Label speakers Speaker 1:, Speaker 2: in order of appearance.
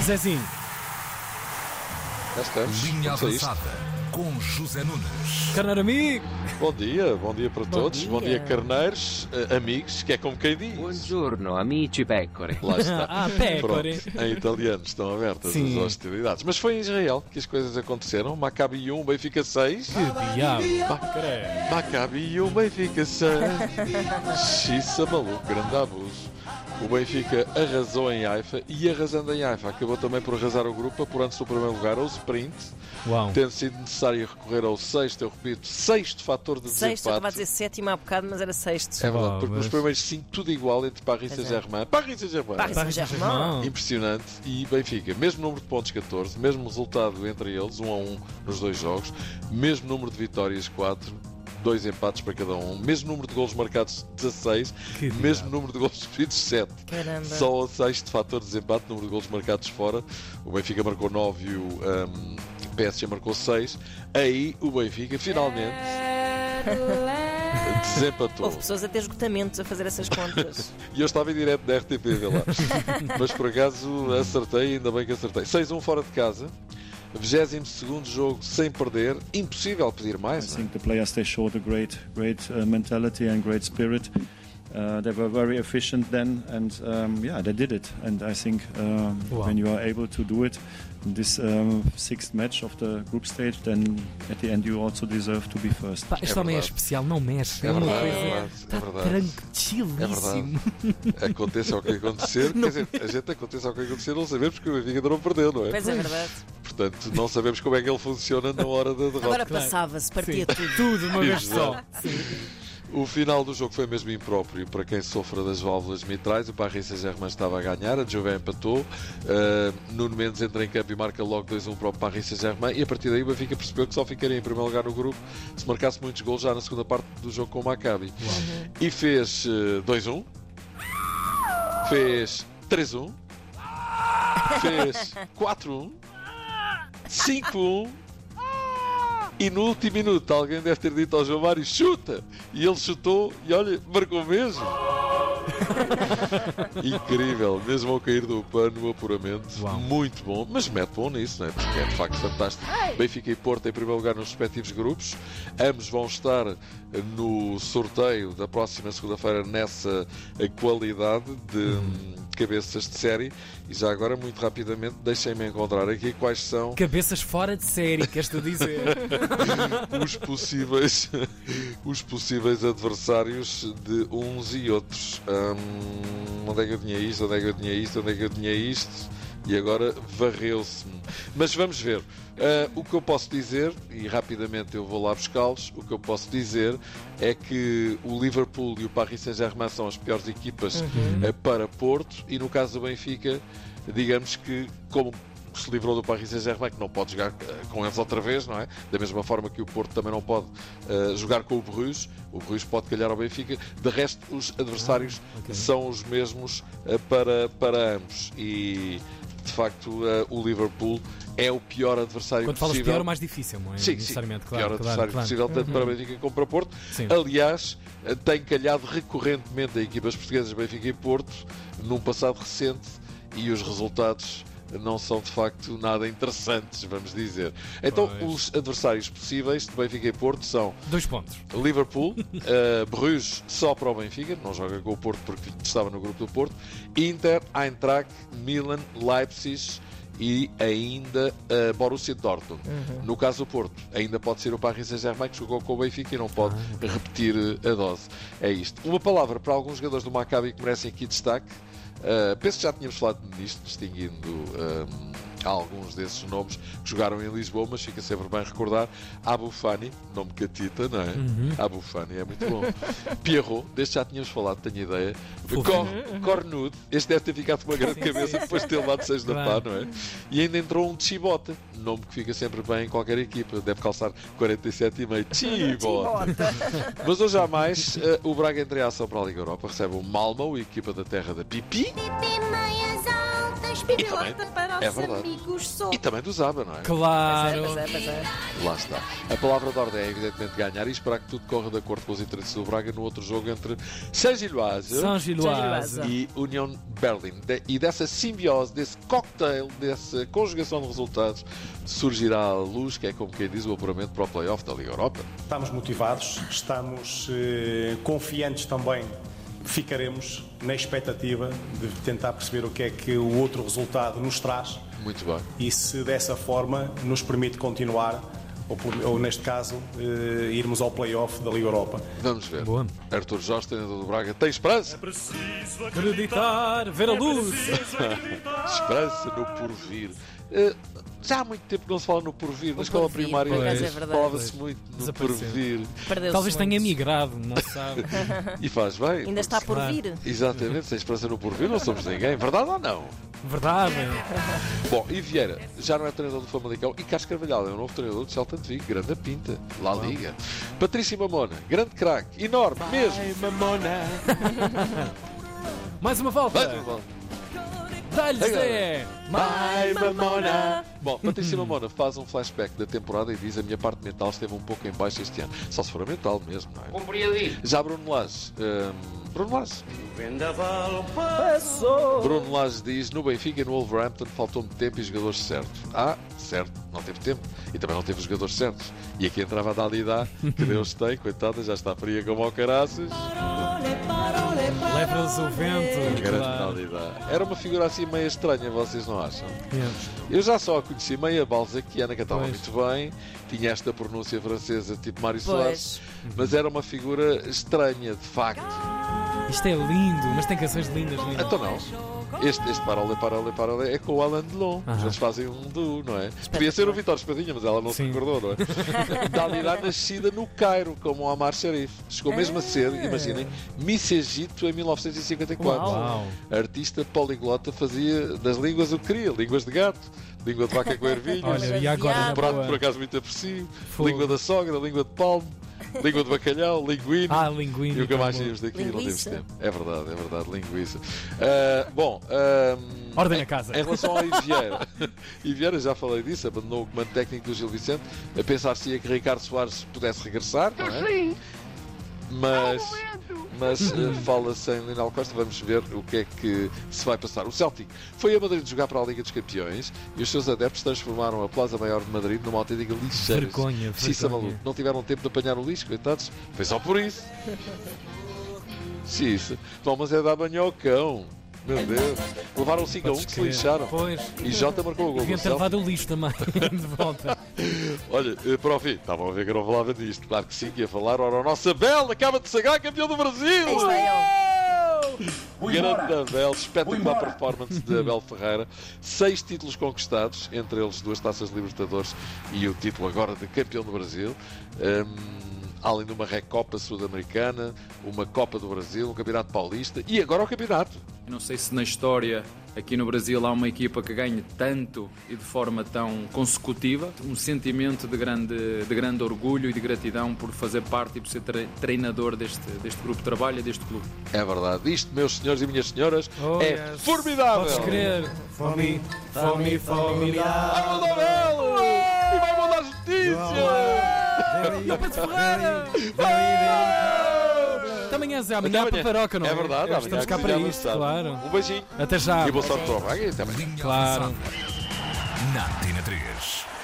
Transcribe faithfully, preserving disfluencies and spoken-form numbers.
Speaker 1: Zezinho.
Speaker 2: Já estamos.
Speaker 3: Linha
Speaker 2: Vamos a isto.
Speaker 3: avançada com José Nunes.
Speaker 1: Carneiro amigo.
Speaker 2: Bom dia, bom dia para
Speaker 4: Bom
Speaker 2: todos.
Speaker 4: dia.
Speaker 2: Bom dia, carneiros, eh, amigos, que é como quem diz.
Speaker 5: Buongiorno, amici pecore.
Speaker 2: Lá está.
Speaker 1: Ah, pecore.
Speaker 2: Pronto, em italiano estão abertas
Speaker 1: Sim.
Speaker 2: as hostilidades. Mas foi em Israel que as coisas aconteceram. Maccabi um, Benfica seis.
Speaker 1: Que diabo. Credo.
Speaker 2: Maccabi um, Benfica seis. Xiça maluco, grande abuso. O Benfica arrasou em Haifa e, arrasando em Haifa, acabou também por arrasar o grupo, apurando-se o primeiro lugar ao sprint,
Speaker 1: Uau.
Speaker 2: tendo sido necessário recorrer ao sexto, eu repito, sexto fator de
Speaker 4: Sexto, eu estava a
Speaker 2: desempate.
Speaker 4: dizer sétimo há bocado, mas era sexto.
Speaker 2: É verdade,
Speaker 1: Oh,
Speaker 2: porque
Speaker 1: mas-
Speaker 2: nos primeiros cinco tudo igual entre Paris
Speaker 4: Pois é.
Speaker 2: Saint-Germain. Paris Saint-Germain.
Speaker 4: Paris
Speaker 1: Paris
Speaker 4: Saint-Germain.
Speaker 1: Saint-Germain.
Speaker 2: Impressionante. E Benfica, mesmo número de pontos catorze, mesmo resultado entre eles, um a um nos dois jogos, mesmo número de vitórias quatro, dois empates para cada um, mesmo número de golos marcados dezasseis,
Speaker 1: Que
Speaker 2: mesmo
Speaker 1: diabo.
Speaker 2: número de golos sofridos sete.
Speaker 4: Caramba.
Speaker 2: Só o sexto fator de desempate, número de golos marcados fora. O Benfica marcou nove e o um, P S G marcou seis. Aí o Benfica finalmente desempatou.
Speaker 4: Houve pessoas a ter esgotamentos a fazer essas contas.
Speaker 2: E eu estava em direto da R T P, vê lá. Mas por acaso acertei, ainda bem que acertei. seis a um fora de casa. vigésimo segundo jogo sem perder. Impossível pedir
Speaker 6: I
Speaker 2: mais, não é?
Speaker 6: think the players they showed a great, great uh, mentality and great spirit. Uh, they were very efficient then, and um, yeah, they did it. And I think um,
Speaker 1: Wow.
Speaker 6: when you are able to do it in this um, sixth match of the group stage, then at the end you also deserve to be first.
Speaker 1: Pá, este
Speaker 2: É
Speaker 1: homem é
Speaker 2: verdade.
Speaker 1: especial, não mexe.
Speaker 2: É
Speaker 1: uma
Speaker 2: verdade, é
Speaker 1: coisa.
Speaker 2: verdade, é
Speaker 1: Está
Speaker 2: verdade.
Speaker 1: tranquilíssimo.
Speaker 2: Aconteça o que acontecer, quer dizer, a gente aconteça o que acontecer, não sabemos porque o Benfica ainda não perdeu, não é?
Speaker 4: Pois é verdade.
Speaker 2: Portanto, não sabemos como é que ele funciona na hora da derrota.
Speaker 4: Agora
Speaker 1: Claro.
Speaker 4: passava-se, partia
Speaker 1: Sim.
Speaker 4: tudo.
Speaker 1: Tudo de uma vez
Speaker 2: Exato.
Speaker 1: só.
Speaker 2: O final do jogo foi mesmo impróprio para quem sofra das válvulas mitrais. O Paris Saint-Germain estava a ganhar, a Juve empatou. Uh, Nuno Mendes entra em campo e marca logo dois a um para o Paris Saint-Germain. E a partir daí o Benfica percebeu que só ficaria em primeiro lugar no grupo se marcasse muitos gols já na segunda parte do jogo com o Maccabi. E fez uh, dois a um, fez três a um, fez quatro a um, cinco a um. E no último minuto alguém deve ter dito ao João Mário: chuta! E ele chutou e olha, marcou mesmo. Incrível, mesmo ao cair do pano, o apuramento.
Speaker 1: Uau.
Speaker 2: Muito bom, mas mete bom nisso, não é? Porque é de facto fantástico. Benfica e Porto em primeiro lugar nos respectivos grupos. Ambos vão estar no sorteio da próxima segunda-feira nessa qualidade de hum, cabeças de série. E já agora, muito rapidamente, deixem-me encontrar aqui quais são
Speaker 1: Cabeças fora de série, queres tu dizer?
Speaker 2: os possíveis, os possíveis adversários de uns e outros. Hum, onde é que eu tinha isto? Onde é que eu tinha isto? Onde é que eu tinha isto? E agora varreu-se-me. Mas vamos ver. Uh, o que eu posso dizer, e rapidamente eu vou lá buscá-los, o que eu posso dizer é que o Liverpool e o Paris Saint-Germain são as piores equipas uh, para Porto, e no caso do Benfica, digamos que, como se livrou do Paris Saint-Germain, que não pode jogar uh, com eles outra vez, não é? Da mesma forma que o Porto também não pode uh, jogar com o Bruges, o Bruges pode calhar ao Benfica. De resto, os adversários
Speaker 1: Ah, ok.
Speaker 2: são os mesmos uh, para, para ambos, e de facto uh, o Liverpool é o pior adversário
Speaker 1: Quando falas
Speaker 2: possível.
Speaker 1: pior, o mais difícil, não é?
Speaker 2: Sim, sim,
Speaker 1: necessariamente,
Speaker 2: o
Speaker 1: claro.
Speaker 2: pior
Speaker 1: claro,
Speaker 2: adversário
Speaker 1: claro.
Speaker 2: possível, tanto para Benfica como para Porto.
Speaker 1: Sim.
Speaker 2: Aliás, eh, tem calhado recorrentemente a equipas portuguesas Benfica e Porto num passado recente, e os resultados não são de facto nada interessantes, vamos dizer. Então,
Speaker 1: Pois.
Speaker 2: os adversários possíveis de Benfica e Porto são
Speaker 1: Dois pontos.
Speaker 2: Liverpool, uh, Bruges só para o Benfica, não joga com o Porto porque estava no grupo do Porto, Inter, Eintracht, Milan, Leipzig e ainda uh, Borussia Dortmund.
Speaker 4: Uhum.
Speaker 2: No caso do Porto, ainda pode ser o Paris Saint-Germain, que jogou com o Benfica e não pode
Speaker 1: Ah, ok.
Speaker 2: repetir uh, a dose. É isto. Uma palavra para alguns jogadores do Maccabi que merecem aqui destaque. Uh, penso que já tínhamos falado nisto, distinguindo um, alguns desses nomes que jogaram em Lisboa, mas fica sempre bem recordar. Abu Fani, nome catita, não é?
Speaker 1: Uhum.
Speaker 2: Abu Fani é muito bom. Pierrot, deste já tínhamos falado, tenho ideia.
Speaker 1: Fofinho.
Speaker 2: Cor, Cornude, este deve ter ficado com uma grande
Speaker 1: Sim,
Speaker 2: cabeça
Speaker 1: sim,
Speaker 2: depois de ter levado seis da
Speaker 1: Claro.
Speaker 2: pá, não é? E ainda entrou um Chibota, nome que fica sempre bem em qualquer equipa, deve calçar quarenta e sete e meio. Chibota! Mas hoje há mais, uh, o Braga entra em ação para a Liga Europa, recebe o Malmo, a equipa da terra da Pipi.
Speaker 7: Pipi, meias altas,
Speaker 2: também,
Speaker 7: para
Speaker 2: é
Speaker 7: os
Speaker 2: verdade.
Speaker 7: amigos só.
Speaker 2: E também do Zaba, não é?
Speaker 1: Claro.
Speaker 4: Pois é, pois é, pois é.
Speaker 2: Lá está. A palavra de ordem é evidentemente ganhar e esperar que tudo corra de acordo com os interesses do Braga no outro jogo entre Saint-Gilloise
Speaker 1: Saint-Gilloise.
Speaker 2: e Union Berlin. De- e dessa simbiose, desse cocktail, dessa conjugação de resultados, surgirá a luz, que é como quem diz o apuramento para o play-off da Liga Europa.
Speaker 8: Estamos motivados, estamos eh, confiantes também. Ficaremos na expectativa de tentar perceber o que é que o outro resultado nos traz
Speaker 2: Muito bem.
Speaker 8: e se dessa forma nos permite continuar, ou, por- ou neste caso, eh, irmos ao play-off da Liga Europa.
Speaker 2: Vamos ver.
Speaker 1: Boa.
Speaker 2: Arthur Jorge, treinador do Braga, tem esperança?
Speaker 1: Acreditar, ver a luz.
Speaker 2: Esperança no porvir. Eh, já há muito tempo que não se fala no porvir. Na escola
Speaker 4: porvir,
Speaker 2: primária
Speaker 4: por
Speaker 1: acaso é
Speaker 4: verdade.
Speaker 2: falava-se muito no
Speaker 1: Desapareceu.
Speaker 2: porvir.
Speaker 4: Perdeu-se
Speaker 1: Talvez
Speaker 4: muito.
Speaker 1: tenha migrado, não se sabe.
Speaker 2: E faz bem.
Speaker 4: Ainda está por
Speaker 1: Claro.
Speaker 4: vir.
Speaker 2: Exatamente, sem esperança no porvir, não somos ninguém. Verdade ou não?
Speaker 1: Verdade.
Speaker 2: Bom, e Vieira já não é treinador do Famalicão e Carlos Carvalhal é o novo treinador do Celta de Vigo. Grande pinta, La Liga. Patrícia Mamona, grande craque, enorme, mesmo.
Speaker 1: Mais uma volta.
Speaker 2: Vai, Mamona.
Speaker 1: Dá-lhe
Speaker 2: Agora.
Speaker 1: Zé.
Speaker 2: Vai, Mamona! Bom, Patrícia Mamona faz um flashback da temporada e diz: a minha parte mental esteve um pouco em baixo este ano. Só se for a mental mesmo, não é?
Speaker 5: Compreendi.
Speaker 2: Já Bruno Lage. hum, Bruno Lage. Bruno Lage diz: no Benfica e no Wolverhampton faltou-me tempo e jogadores certos. Ah, certo, não teve tempo. E também não teve os jogadores certos. E aqui entrava a Dalida, que Deus tem, coitada, já está fria como ao caraças.
Speaker 1: Leva-nos o vento.
Speaker 2: Grande
Speaker 1: Claro.
Speaker 2: Dalida. Era uma figura assim meio estranha, vocês não acham?
Speaker 1: É.
Speaker 2: Eu já só a conheci meia balzaquiana, que estava
Speaker 1: Pois.
Speaker 2: muito bem, tinha esta pronúncia francesa tipo Mário Soares,
Speaker 4: Pois.
Speaker 2: mas era uma figura estranha, de facto.
Speaker 1: Isto é lindo, mas tem canções lindas, lindas.
Speaker 2: Então não. Este, este Parole, Parole, Parole é com o Alain Delon.
Speaker 1: Aham.
Speaker 2: Eles fazem um duo, não é? Podia ser o Vitor Espadinha, mas ela não se
Speaker 1: Sim.
Speaker 2: recordou, não é? Dalida nascida no Cairo, como o Omar Sharif. Chegou mesmo a ser, imaginem, Miss Egito em mil novecentos e cinquenta e quatro.
Speaker 1: Uau.
Speaker 2: Artista poliglota, fazia das línguas o que queria. Línguas de gato, língua de vaca com ervilhas.
Speaker 1: Olha, e agora na
Speaker 2: Um prato
Speaker 1: boa.
Speaker 2: por acaso muito aprecio.
Speaker 1: Fogo.
Speaker 2: Língua da sogra, língua de palmo, língua de bacalhau, linguine.
Speaker 1: Ah, linguine.
Speaker 2: E o que mais
Speaker 1: tão bom.
Speaker 2: saímos daqui não temos
Speaker 4: Linguiça.
Speaker 2: tempo. É verdade, é verdade, linguiça. Ah, bom, ah,
Speaker 1: Ordem
Speaker 2: em-
Speaker 1: a casa.
Speaker 2: Em relação ao Ivieira, Ivieira, já falei disso, abandonou o comando técnico do Gil Vicente a pensar se ia que Ricardo Soares pudesse regressar, não é? Mas, mas eh, fala-se em Lionel Costa, vamos ver o que é que se vai passar. O Celtic foi a Madrid jogar para a Liga dos Campeões e os seus adeptos transformaram a Plaza Maior de Madrid numa autêntica lixeira.
Speaker 1: Vergonha,
Speaker 2: Xiça
Speaker 1: vergonha.
Speaker 2: maluco. Não tiveram tempo de apanhar o lixo, coitados. Foi só por isso. Xiça. Bom, mas é dar banho ao cão. Meu Deus. Levaram cinco a um
Speaker 1: Podes
Speaker 2: que se
Speaker 1: crer.
Speaker 2: lixaram.
Speaker 1: Pois.
Speaker 2: E Jota marcou o gol
Speaker 1: Deviam
Speaker 2: do
Speaker 1: ter
Speaker 2: Celtic.
Speaker 1: levado o lixo também. De volta.
Speaker 2: Olha, eh, para o fim, estavam a ver que eu não falava disto. Claro que sim, que ia falar. Ora, o nosso Abel acaba de sagrar campeão do Brasil!
Speaker 4: Aí está ele.
Speaker 2: Grande Abel, espetacular performance de Abel Ferreira. Seis títulos conquistados, entre eles duas taças de Libertadores e o título agora de campeão do Brasil. Hum, além de uma Recopa Sul-Americana, uma Copa do Brasil, um Campeonato Paulista e agora o Campeonato.
Speaker 9: Eu não sei se na história aqui no Brasil há uma equipa que ganhe tanto e de forma tão consecutiva. Um sentimento de grande, de grande orgulho e de gratidão por fazer parte e por ser tre- treinador deste, deste grupo de trabalho e deste clube.
Speaker 2: É verdade. Isto, meus senhores e minhas senhoras,
Speaker 1: Oh,
Speaker 2: é
Speaker 1: yes.
Speaker 2: formidável.
Speaker 1: Podes crer. Fome, fome, fome.
Speaker 2: Vamos, Abel! E vai mandar justiça!
Speaker 1: E o Pedro Ferreira. Até amanhã, Zé. Amanhã
Speaker 2: Até
Speaker 1: para Paparoca, não é?
Speaker 2: É verdade,
Speaker 1: Estamos
Speaker 2: amanhã
Speaker 1: cá para
Speaker 2: cozinhamos,
Speaker 1: isto,
Speaker 2: sabe?
Speaker 1: claro.
Speaker 2: Um beijinho.
Speaker 1: Até já.
Speaker 2: E boa sorte para o Braga e até amanhã.
Speaker 3: Linha
Speaker 1: Claro.
Speaker 3: avançada. Na Antena três.